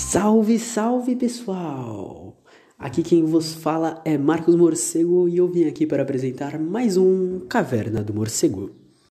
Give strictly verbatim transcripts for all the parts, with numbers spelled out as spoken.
Salve, salve pessoal! Aqui quem vos fala é Marcos Morcego e eu vim aqui para apresentar mais um Caverna do Morcego.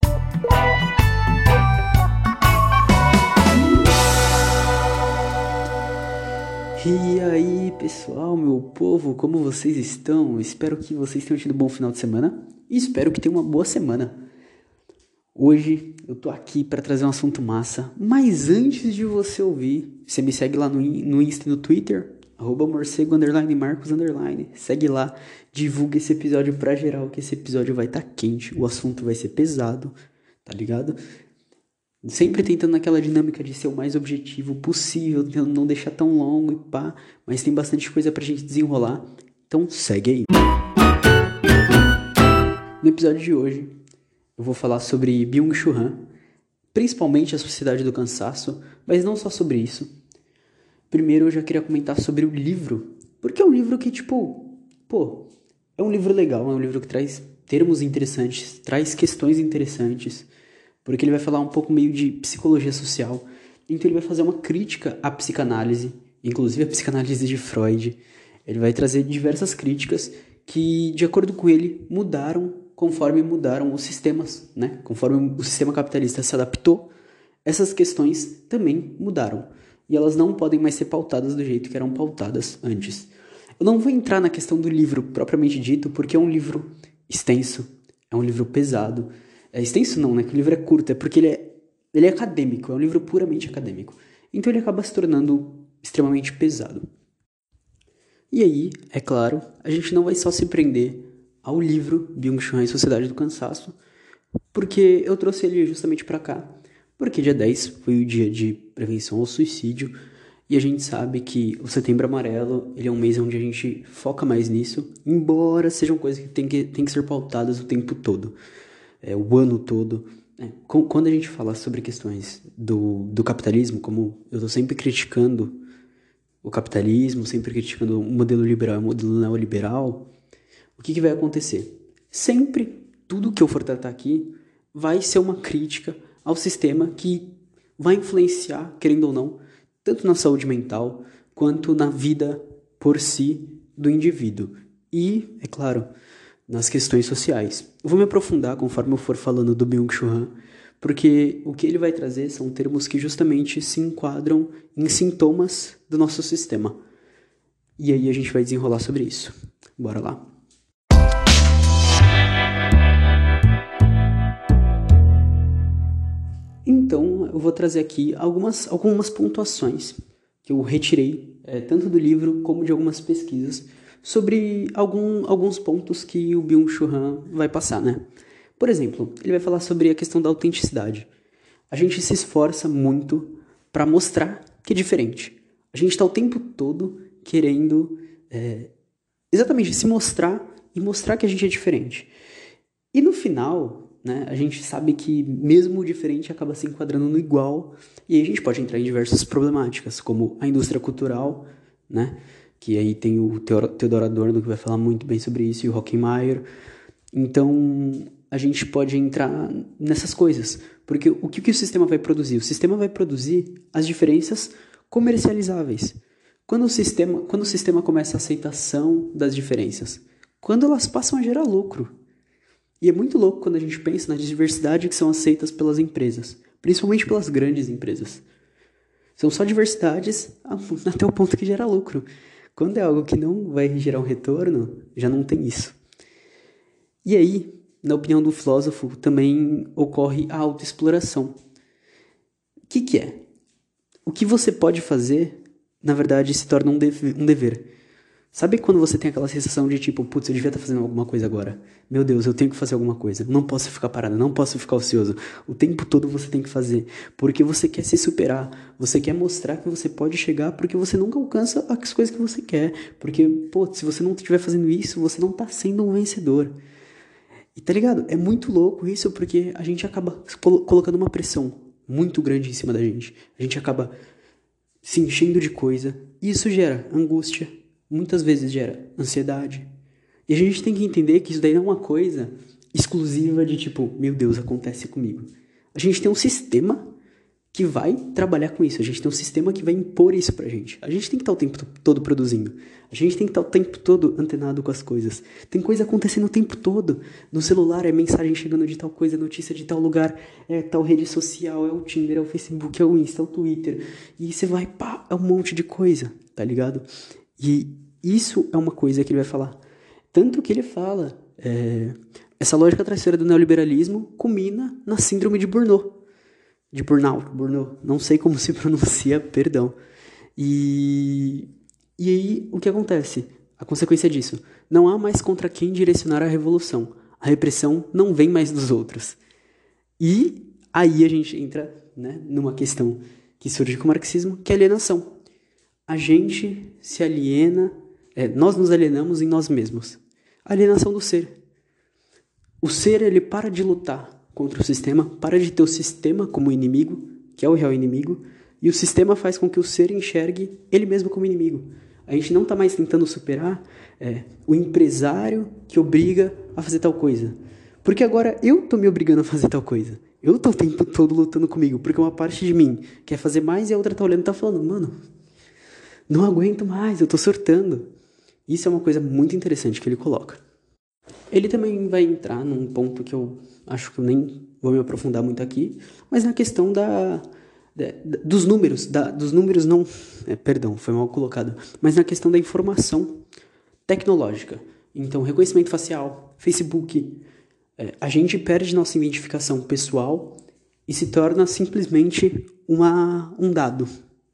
E aí pessoal, meu povo, como vocês estão? Espero que vocês tenham tido um bom final de semana e espero que tenham uma boa semana. Hoje eu tô aqui para trazer um assunto massa, mas antes de você ouvir, você me segue lá no, no Insta e no Twitter, arroba morcego, underline, marcos, underline, segue lá, divulga esse episódio pra geral, que esse episódio vai estar tá quente, o assunto vai ser pesado, tá ligado? Sempre tentando naquela dinâmica de ser o mais objetivo possível, tentando não deixar tão longo e pá, mas tem bastante coisa pra gente desenrolar, então segue aí. No episódio de hoje, eu vou falar sobre Byung-Chul Han, principalmente a Sociedade do Cansaço, mas não só sobre isso. Primeiro eu já queria comentar sobre o livro, porque é um livro que, tipo, pô, é um livro legal, é um livro que traz termos interessantes, traz questões interessantes, porque ele vai falar um pouco meio de psicologia social, então ele vai fazer uma crítica à psicanálise, inclusive a psicanálise de Freud. Ele vai trazer diversas críticas que, de acordo com ele, mudaram conforme mudaram os sistemas, né? Conforme o sistema capitalista se adaptou, essas questões também mudaram. E elas não podem mais ser pautadas do jeito que eram pautadas antes. Eu não vou entrar na questão do livro propriamente dito, porque é um livro extenso, é um livro pesado. É extenso não, né? Que o livro é curto, é porque ele é, ele é acadêmico, é um livro puramente acadêmico. Então ele acaba se tornando extremamente pesado. E aí, é claro, a gente não vai só se prender ao livro Byung-Chul Han e Sociedade do Cansaço, porque eu trouxe ele justamente para cá, porque dia dez foi o dia de prevenção ao suicídio, e a gente sabe que o Setembro Amarelo, ele é um mês onde a gente foca mais nisso, embora sejam coisas que tem que, tem que ser pautadas o tempo todo, é, o ano todo. É, quando a gente fala sobre questões do, do capitalismo, como eu tô sempre criticando o capitalismo, sempre criticando o modelo liberal e o modelo neoliberal, o que, que vai acontecer? Sempre, tudo que eu for tratar aqui vai ser uma crítica ao sistema que vai influenciar, querendo ou não, tanto na saúde mental quanto na vida por si do indivíduo. E, é claro, nas questões sociais. Eu vou me aprofundar conforme eu for falando do Byung-Chul Han, porque o que ele vai trazer são termos que justamente se enquadram em sintomas do nosso sistema. E aí a gente vai desenrolar sobre isso. Bora lá. Então, eu vou trazer aqui algumas, algumas pontuações que eu retirei, é, tanto do livro como de algumas pesquisas, sobre algum, alguns pontos que o Byung-Chul Han vai passar, né? Por exemplo, ele vai falar sobre a questão da autenticidade. A gente se esforça muito para mostrar que é diferente. A gente está o tempo todo querendo é, exatamente se mostrar e mostrar que a gente é diferente. E no final, né, a gente sabe que mesmo o diferente acaba se enquadrando no igual, e aí a gente pode entrar em diversas problemáticas, como a indústria cultural, né, que aí tem o Theodor Adorno que vai falar muito bem sobre isso, e o Hockenheimer. Então a gente pode entrar nessas coisas, porque o que, que o sistema vai produzir? O sistema vai produzir as diferenças comercializáveis. Quando o sistema, quando o sistema começa a aceitação das diferenças, quando elas passam a gerar lucro. E é muito louco quando a gente pensa na diversidade que são aceitas pelas empresas, principalmente pelas grandes empresas. São só diversidades até o ponto que gera lucro. Quando é algo que não vai gerar um retorno, já não tem isso. E aí, na opinião do filósofo, também ocorre a autoexploração. O que, que é? O que você pode fazer, na verdade, se torna um dever. Um dever. Sabe quando você tem aquela sensação de tipo, putz, eu devia estar fazendo alguma coisa agora. Meu Deus, eu tenho que fazer alguma coisa. Não posso ficar parado, não posso ficar ocioso. O tempo todo você tem que fazer. Porque você quer se superar. Você quer mostrar que você pode chegar porque você nunca alcança as coisas que você quer. Porque, pô, se você não estiver fazendo isso, você não está sendo um vencedor. E tá ligado? É muito louco isso porque a gente acaba colocando uma pressão muito grande em cima da gente. A gente acaba se enchendo de coisa. E isso gera angústia. Muitas vezes gera ansiedade. E a gente tem que entender que isso daí não é uma coisa exclusiva de tipo, meu Deus, acontece comigo. A gente tem um sistema que vai trabalhar com isso. A gente tem um sistema que vai impor isso pra gente. A gente tem que estar o tempo todo produzindo. A gente tem que estar o tempo todo antenado com as coisas. Tem coisa acontecendo o tempo todo. No celular é mensagem chegando de tal coisa, notícia de tal lugar, é tal rede social, é o Tinder, é o Facebook, é o Insta, é o Twitter. E você vai, pá, é um monte de coisa, tá ligado? E isso é uma coisa que ele vai falar. Tanto que ele fala, é, essa lógica traiçoeira do neoliberalismo culmina na síndrome de Burnout. De burnout, burnout, não sei como se pronuncia, perdão. E, e aí, o que acontece? A consequência disso, não há mais contra quem direcionar a revolução. A repressão não vem mais dos outros. E aí a gente entra, né, numa questão que surge com o marxismo, que é a alienação. A gente se aliena, é, nós nos alienamos em nós mesmos. A alienação do ser. O ser, ele para de lutar contra o sistema, para de ter o sistema como inimigo, que é o real inimigo, e o sistema faz com que o ser enxergue ele mesmo como inimigo. A gente não está mais tentando superar é, o empresário que obriga a fazer tal coisa. Porque agora eu estou me obrigando a fazer tal coisa. Eu estou o tempo todo lutando comigo, porque uma parte de mim quer fazer mais e a outra está olhando e está falando, mano, não aguento mais, eu estou surtando. Isso é uma coisa muito interessante que ele coloca. Ele também vai entrar num ponto que eu acho que eu nem vou me aprofundar muito aqui, mas na questão da, da, dos números, da, dos números não, é, perdão, foi mal colocado, mas na questão da informação tecnológica. Então, reconhecimento facial, Facebook, é, a gente perde nossa identificação pessoal e se torna simplesmente uma, um dado.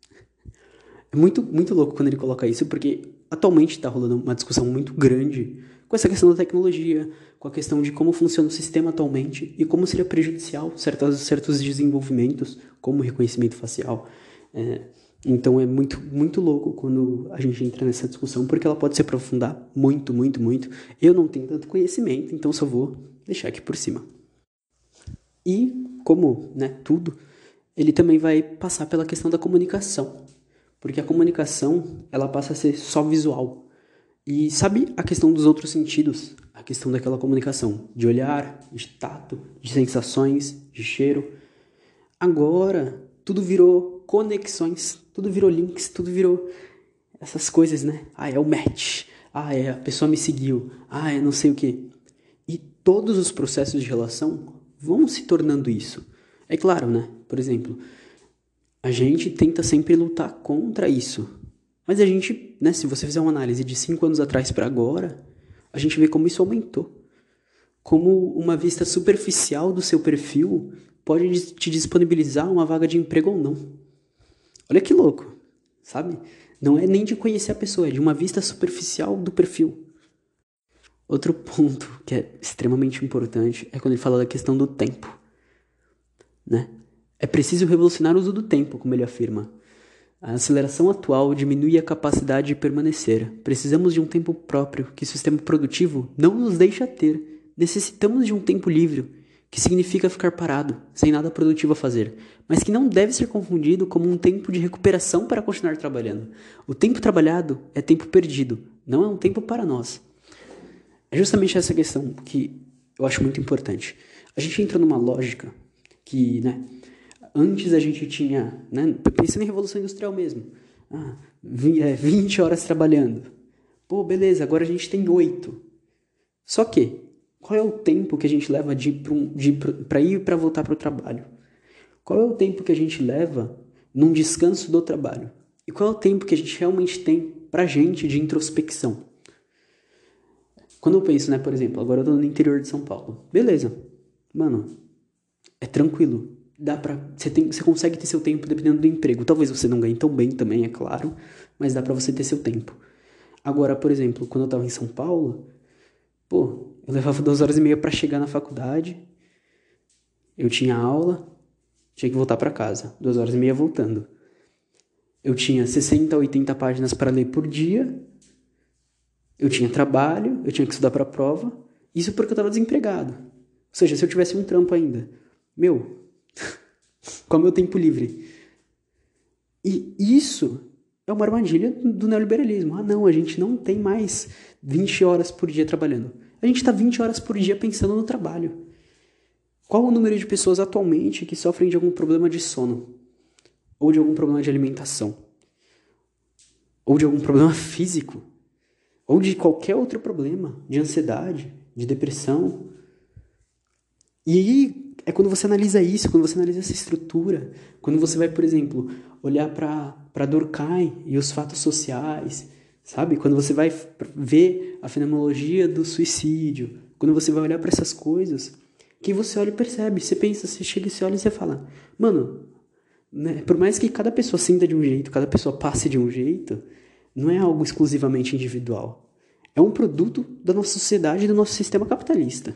É muito, muito louco quando ele coloca isso, porque atualmente está rolando uma discussão muito grande com essa questão da tecnologia, com a questão de como funciona o sistema atualmente e como seria prejudicial certos, certos desenvolvimentos, como reconhecimento facial. É, então é muito, muito louco quando a gente entra nessa discussão, porque ela pode se aprofundar muito, muito, muito. Eu não tenho tanto conhecimento, então só vou deixar aqui por cima. E, como, né, tudo, ele também vai passar pela questão da comunicação, porque a comunicação, ela passa a ser só visual. E sabe a questão dos outros sentidos? A questão daquela comunicação, de olhar, de tato, de sensações, de cheiro. Agora, tudo virou conexões, tudo virou links, tudo virou essas coisas, né? Ah, é o match. Ah, é a pessoa me seguiu. Ah, é não sei o quê. E todos os processos de relação vão se tornando isso. É claro, né? Por exemplo, a gente tenta sempre lutar contra isso. Mas a gente, né, se você fizer uma análise de cinco anos atrás para agora, a gente vê como isso aumentou. Como uma vista superficial do seu perfil pode te disponibilizar uma vaga de emprego ou não. Olha que louco, sabe? Não é nem de conhecer a pessoa, é de uma vista superficial do perfil. Outro ponto que é extremamente importante é quando ele fala da questão do tempo, né? É preciso revolucionar o uso do tempo, como ele afirma. A aceleração atual diminui a capacidade de permanecer. Precisamos de um tempo próprio que o sistema produtivo não nos deixa ter. Necessitamos de um tempo livre, que significa ficar parado, sem nada produtivo a fazer, mas que não deve ser confundido como um tempo de recuperação para continuar trabalhando. O tempo trabalhado é tempo perdido, não é um tempo para nós. É justamente essa questão que eu acho muito importante. A gente entra numa lógica que, né, antes a gente tinha, né, pensando em Revolução Industrial mesmo, ah, vinte horas trabalhando. Pô, beleza, agora a gente tem oito. Só que, qual é o tempo que a gente leva de para ir e para voltar para o trabalho? Qual é o tempo que a gente leva num descanso do trabalho? E qual é o tempo que a gente realmente tem pra gente de introspecção? Quando eu penso, né, por exemplo, agora eu tô no interior de São Paulo. Beleza, mano, é tranquilo. Dá pra, você, tem, você consegue ter seu tempo dependendo do emprego. Talvez você não ganhe tão bem também, é claro, mas dá pra você ter seu tempo. Agora, por exemplo, quando eu tava em São Paulo, pô, eu levava duas horas e meia pra chegar na faculdade, eu tinha aula, tinha que voltar pra casa, duas horas e meia voltando. Eu tinha sessenta, oitenta páginas para ler por dia, eu tinha trabalho, eu tinha que estudar pra prova, isso porque eu tava desempregado. Ou seja, se eu tivesse um trampo ainda, meu, qual é o meu tempo livre? E isso é uma armadilha do neoliberalismo. Ah, não, a gente não tem mais vinte horas por dia trabalhando. A gente está vinte horas por dia pensando no trabalho. Qual o número de pessoas atualmente que sofrem de algum problema de sono? ou de algum problema de alimentação, ou de algum problema físico, ou de qualquer outro problema, de ansiedade, de depressão. E aí é quando você analisa isso, quando você analisa essa estrutura, quando você vai, por exemplo, olhar para para Durkheim e os fatos sociais, sabe? Quando você vai ver a fenomenologia do suicídio, quando você vai olhar para essas coisas, que você olha e percebe, você pensa, você chega e você olha e você fala, mano, né, por mais que cada pessoa sinta de um jeito, cada pessoa passe de um jeito, não é algo exclusivamente individual. É um produto da nossa sociedade e do nosso sistema capitalista.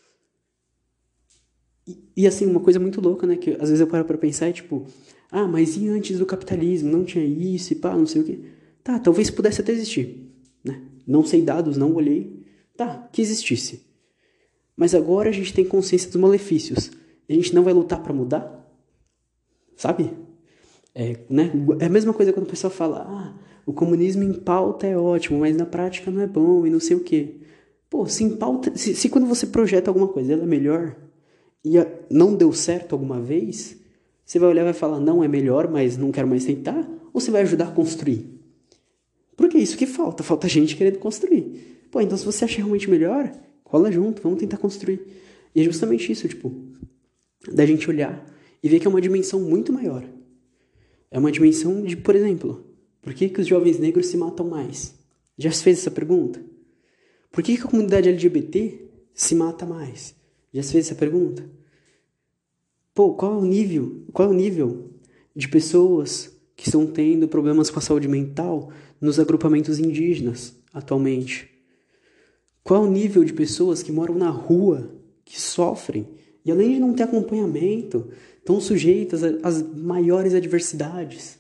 E, e assim, uma coisa muito louca, né, que às vezes eu paro pra pensar é tipo, ah, mas e antes do capitalismo? Não tinha isso e pá, não sei o quê. Tá, talvez pudesse até existir, né? Não sei dados, não olhei. Tá, que existisse. Mas agora a gente tem consciência dos malefícios. A gente não vai lutar pra mudar? Sabe? É, né? É a mesma coisa quando o pessoal fala, ah, o comunismo em pauta é ótimo, mas na prática não é bom e não sei o quê. Pô, se em pauta, se, se quando você projeta alguma coisa ela é melhor e a, não deu certo alguma vez, você vai olhar e vai falar, não, é melhor, mas não quero mais tentar? Ou você vai ajudar a construir? Porque é isso que falta, falta gente querendo construir. Pô, então se você acha realmente melhor, cola junto, vamos tentar construir. E é justamente isso, tipo, da gente olhar e ver que é uma dimensão muito maior. É uma dimensão de, por exemplo, por que, que os jovens negros se matam mais? Já se fez essa pergunta? Por que, que a comunidade L G B T se mata mais? Já se fez essa pergunta? Pô, qual é o nível, qual é o nível de pessoas que estão tendo problemas com a saúde mental nos agrupamentos indígenas atualmente? Qual é o nível de pessoas que moram na rua, que sofrem, e além de não ter acompanhamento, estão sujeitas às maiores adversidades?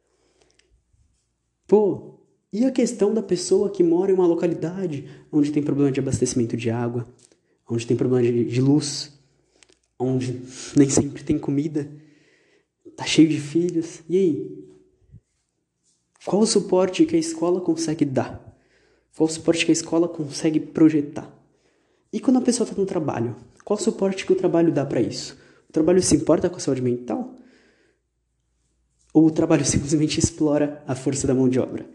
Pô, e a questão da pessoa que mora em uma localidade onde tem problema de abastecimento de água, onde tem problema de, de luz, onde nem sempre tem comida, tá cheio de filhos, e aí? Qual o suporte que a escola consegue dar? Qual o suporte que a escola consegue projetar? E quando a pessoa está no trabalho, qual o suporte que o trabalho dá para isso? O trabalho se importa com a saúde mental? Ou o trabalho simplesmente explora a força da mão de obra?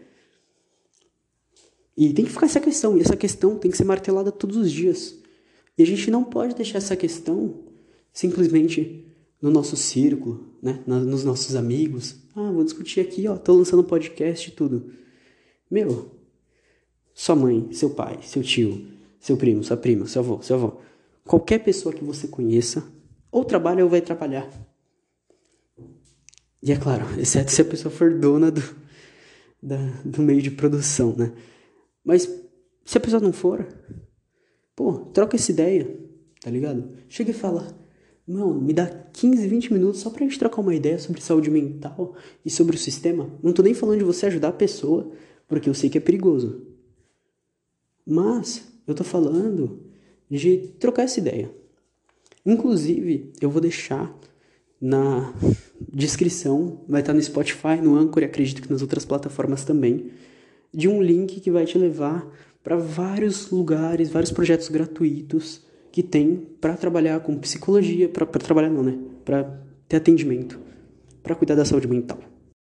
E tem que ficar essa questão, e essa questão tem que ser martelada todos os dias. E a gente não pode deixar essa questão simplesmente no nosso círculo, né? Nos nossos amigos. Ah, vou discutir aqui, ó, tô lançando um podcast e tudo. Meu, sua mãe, seu pai, seu tio, seu primo, sua prima, seu avô, seu avô, qualquer pessoa que você conheça, ou trabalha ou vai trabalhar. E é claro, exceto se a pessoa for dona do, da, do meio de produção, né? Mas se a pessoa não for, pô, troca essa ideia, tá ligado? Chega e fala, mano, me dá quinze, vinte minutos só pra gente trocar uma ideia sobre saúde mental e sobre o sistema. Não tô nem falando de você ajudar a pessoa, porque eu sei que é perigoso. Mas eu tô falando de trocar essa ideia. Inclusive, eu vou deixar na descrição, vai estar no Spotify, no Anchor e acredito que nas outras plataformas também, de um link que vai te levar para vários lugares, vários projetos gratuitos que tem para trabalhar com psicologia, para trabalhar não, né? Para ter atendimento, para cuidar da saúde mental.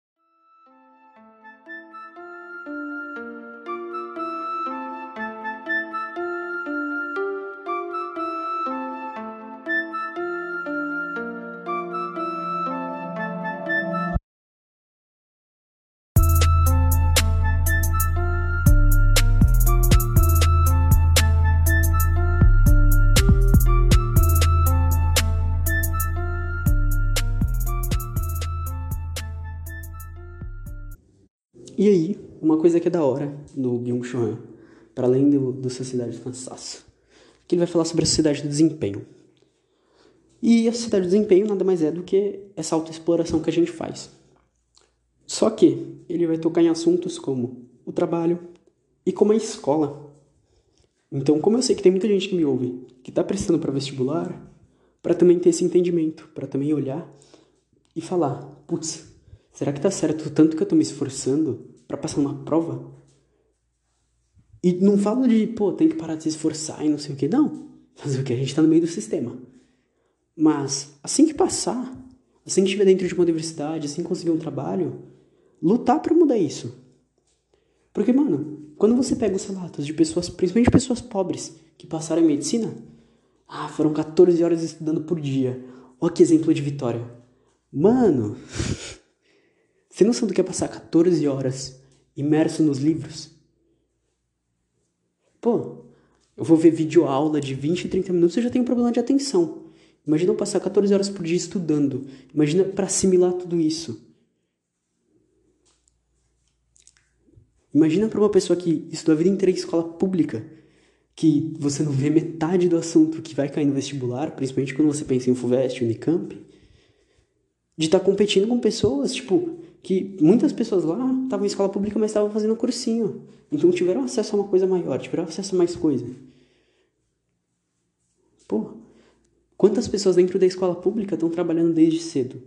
E aí, uma coisa que é da hora no Byung-Chul Han, para além do, do Sociedade do Cansaço, que ele vai falar sobre a sociedade do desempenho. E a sociedade do desempenho nada mais é do que essa autoexploração que a gente faz. Só que ele vai tocar em assuntos como o trabalho e como a escola. Então, como eu sei que tem muita gente que me ouve que está prestando para vestibular, para também ter esse entendimento, para também olhar e falar, putz, será que tá certo o tanto que eu tô me esforçando pra passar numa prova? E não falo de, pô, tem que parar de se esforçar e não sei o que. Não. Fazer o que? A gente tá no meio do sistema. Mas, assim que passar, assim que estiver dentro de uma universidade, assim que conseguir um trabalho, lutar pra mudar isso. Porque, mano, quando você pega os relatos de pessoas, principalmente pessoas pobres, que passaram em medicina, ah, foram catorze horas estudando por dia. Olha que exemplo de vitória. Mano, você tem noção do que é passar catorze horas imerso nos livros? Pô, eu vou ver videoaula de vinte, trinta minutos e eu já tenho problema de atenção. Imagina eu passar catorze horas por dia estudando. Imagina pra assimilar tudo isso. Imagina pra uma pessoa que estudou a vida inteira em escola pública, que você não vê metade do assunto que vai cair no vestibular, principalmente quando você pensa em FUVEST, Unicamp, de estar competindo com pessoas, tipo, que muitas pessoas lá estavam em escola pública, mas estavam fazendo cursinho. Então tiveram acesso a uma coisa maior, tiveram acesso a mais coisa. Pô, quantas pessoas dentro da escola pública estão trabalhando desde cedo?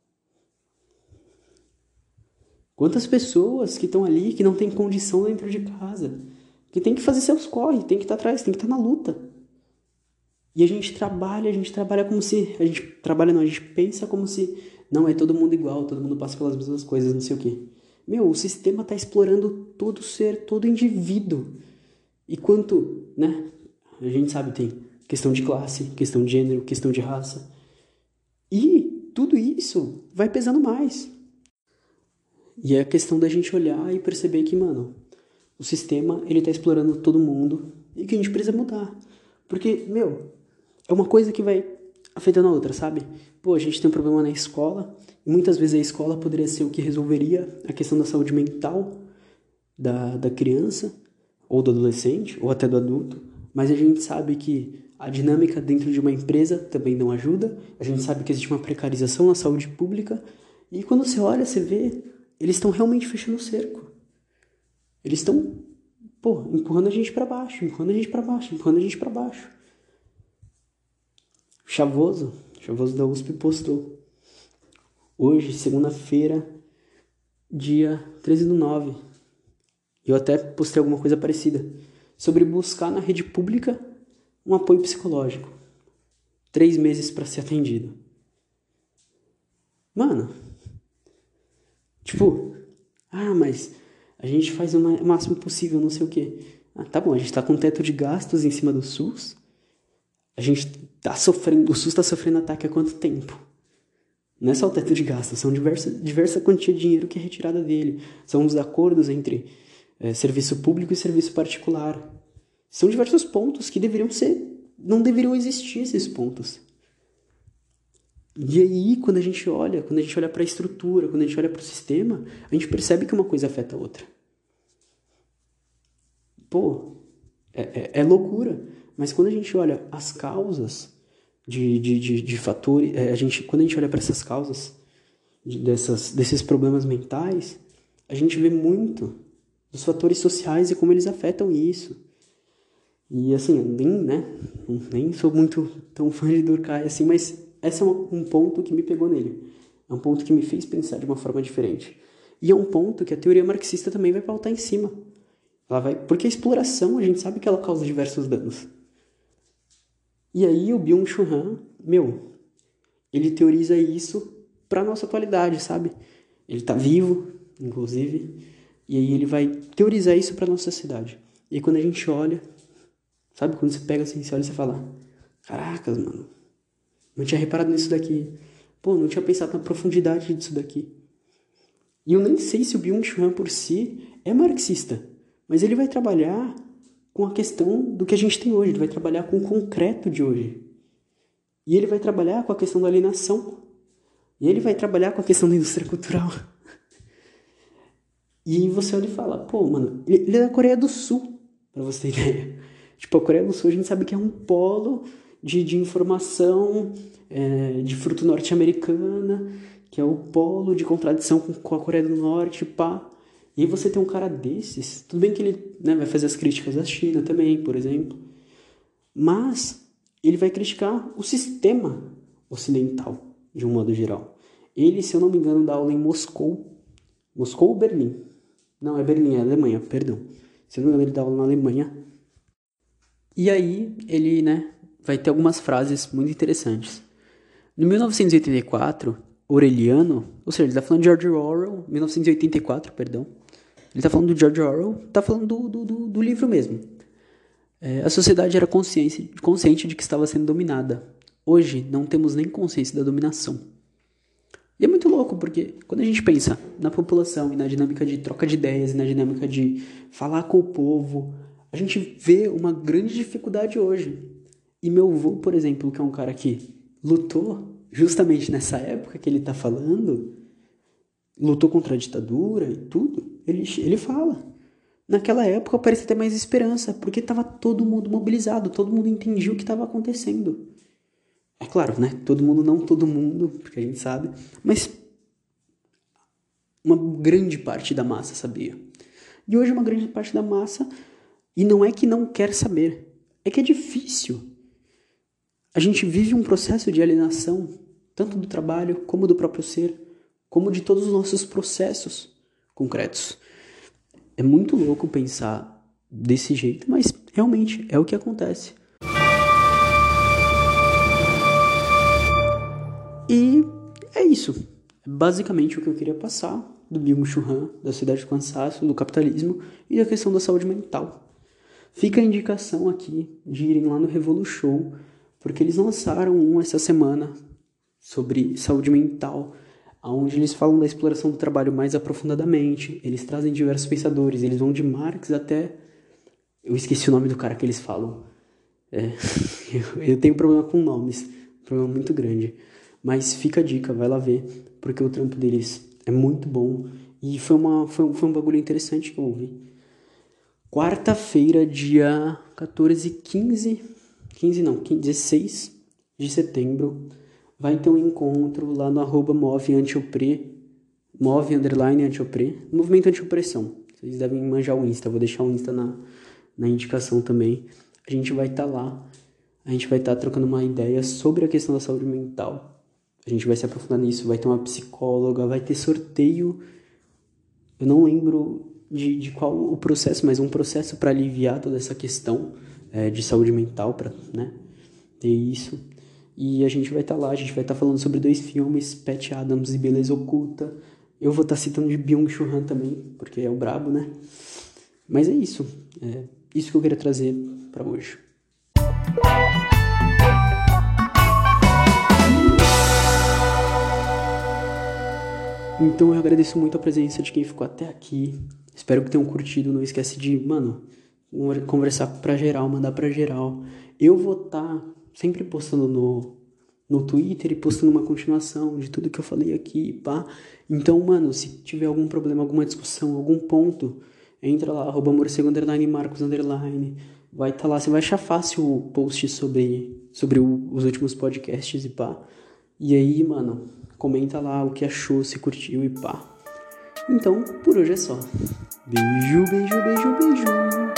Quantas pessoas que estão ali, que não têm condição dentro de casa, que tem que fazer seus corre, tem que estar atrás, tem que estar na luta. E a gente trabalha, a gente trabalha como se... A gente trabalha não, a gente pensa como se... Não, é todo mundo igual, todo mundo passa pelas mesmas coisas, não sei o quê. Meu, o sistema tá explorando todo ser, todo indivíduo. E quanto, né? A gente sabe, tem questão de classe, questão de gênero, questão de raça. E tudo isso vai pesando mais. E é a questão da gente olhar e perceber que, mano, o sistema, ele tá explorando todo mundo e que a gente precisa mudar. Porque, meu, é uma coisa que vai afetando a outra, sabe? Pô, a gente tem um problema na escola e muitas vezes a escola poderia ser o que resolveria a questão da saúde mental da, da criança ou do adolescente ou até do adulto. Mas a gente sabe que a dinâmica dentro de uma empresa também não ajuda. A gente sabe que existe uma precarização na saúde pública. E quando você olha, você vê, eles estão realmente fechando o cerco. Eles estão, pô, empurrando a gente pra baixo, empurrando a gente pra baixo, empurrando a gente pra baixo. Chavoso, Chavoso da U S P postou. Hoje, segunda-feira, dia treze do nove. Eu até postei alguma coisa parecida. Sobre buscar na rede pública um apoio psicológico. Três meses pra ser atendido. Mano, tipo, ah, mas a gente faz o máximo possível, não sei o quê. Ah, tá bom, a gente tá com teto de gastos em cima do SUS. A gente tá sofrendo, o SUS tá sofrendo ataque há quanto tempo? Não é só o teto de gastos, são diversa, diversa quantia de dinheiro que é retirada dele. São os acordos entre é, serviço público e serviço particular. São diversos pontos que deveriam ser, não deveriam existir esses pontos. E aí, quando a gente olha, quando a gente olha para a estrutura, quando a gente olha para o sistema, a gente percebe que uma coisa afeta a outra. Pô, é, é, é loucura. Mas quando a gente olha as causas de, de, de, de fatores, é, a gente, quando a gente olha para essas causas de, dessas, desses problemas mentais, a gente vê muito dos fatores sociais e como eles afetam isso. E assim, nem, né, nem sou muito tão fã de Durkheim assim, mas esse é um ponto que me pegou nele. É um ponto que me fez pensar de uma forma diferente. E é um ponto que a teoria marxista também vai pautar em cima. Ela vai, porque a exploração, a gente sabe que ela causa diversos danos. E aí o Byung-Chul Han, meu, ele teoriza isso pra nossa atualidade, sabe? Ele tá vivo, inclusive, e aí ele vai teorizar isso pra nossa sociedade. E aí quando a gente olha, sabe? Quando você pega assim, você olha e você fala, caracas, mano, não tinha reparado nisso daqui. Pô, não tinha pensado na profundidade disso daqui. E eu nem sei se o Byung-Chul Han por si é marxista, mas ele vai trabalhar com a questão do que a gente tem hoje, ele vai trabalhar com o concreto de hoje. E ele vai trabalhar com a questão da alienação. E ele vai trabalhar com a questão da indústria cultural. E você olha e fala, pô, mano, ele é da Coreia do Sul, pra você ter ideia. Tipo, a Coreia do Sul a gente sabe que é um polo de, de informação, é, de fruto norte-americana, que é o polo de contradição com, com a Coreia do Norte, pá. E aí você tem um cara desses, tudo bem que ele, né, vai fazer as críticas à China também, por exemplo, mas ele vai criticar o sistema ocidental, de um modo geral. Ele, se eu não me engano, dá aula em Moscou, Moscou ou Berlim? Não, é Berlim, é Alemanha, perdão. Se eu não me engano, ele dá aula na Alemanha. E aí ele, né, vai ter algumas frases muito interessantes. No mil novecentos e oitenta e quatro, orwelliano, ou seja, ele tá falando de George Orwell, mil novecentos e oitenta e quatro, perdão. Ele tá falando do George Orwell, tá falando do, do, do, do livro mesmo. É, a sociedade era consciente, consciente de que estava sendo dominada. Hoje, não temos nem consciência da dominação. E é muito louco, porque quando a gente pensa na população e na dinâmica de troca de ideias, e na dinâmica de falar com o povo, a gente vê uma grande dificuldade hoje. E meu avô, por exemplo, que é um cara que lutou justamente nessa época que ele está falando, lutou contra a ditadura e tudo, ele, ele fala. Naquela época parecia ter mais esperança, porque estava todo mundo mobilizado, todo mundo entendia o que estava acontecendo. É claro, né? Todo mundo, não todo mundo, porque a gente sabe, mas uma grande parte da massa sabia. E hoje uma grande parte da massa, e não é que não quer saber, é que é difícil. A gente vive um processo de alienação, tanto do trabalho, como do próprio ser, como de todos os nossos processos concretos. É muito louco pensar desse jeito, mas realmente é o que acontece. E é isso. É basicamente o que eu queria passar do Byung-Chul Han, da Sociedade do Cansaço, do capitalismo e da questão da saúde mental. Fica a indicação aqui de irem lá no Revolushow, porque eles lançaram um essa semana sobre saúde mental, onde eles falam da exploração do trabalho mais aprofundadamente, eles trazem diversos pensadores, eles vão de Marx até... Eu esqueci o nome do cara que eles falam. É, eu, eu tenho problema com nomes, um problema muito grande. Mas fica a dica, vai lá ver, porque o trampo deles é muito bom. E foi, uma, foi, foi um bagulho interessante que eu ouvi. Quarta-feira, dia quatorze, quinze... quinze não, dezesseis de setembro, vai ter um encontro lá no arroba move antiopre, move underline antiopre, movimento antiopressão. Vocês devem manjar o Insta, vou deixar o Insta na, na indicação também. A gente vai estar tá lá, a gente vai estar tá trocando uma ideia sobre a questão da saúde mental. A gente vai se aprofundar nisso, vai ter uma psicóloga, vai ter sorteio. Eu não lembro de, de qual o processo, mas um processo para aliviar toda essa questão é, de saúde mental, para, né, ter isso. E a gente vai estar tá lá, a gente vai estar tá falando sobre dois filmes, Patch Adams e Beleza Oculta. Eu vou estar tá citando de Byung-Chul Han também, porque é o brabo, né? Mas é isso, é isso que eu queria trazer para hoje. Então eu agradeço muito a presença de quem ficou até aqui. Espero que tenham curtido. Não esquece de, mano, conversar pra geral, mandar pra geral. Eu vou estar tá sempre postando no, no Twitter e postando uma continuação de tudo que eu falei aqui, pá. Então, mano, se tiver algum problema, alguma discussão, algum ponto, entra lá, arroba morcego, underline, marcos, underline. Vai estar tá lá, você vai achar fácil o post sobre, sobre o, os últimos podcasts e pá. E aí, mano, comenta lá o que achou, se curtiu e pá. Então, por hoje é só. Beijo, beijo, beijo, beijo.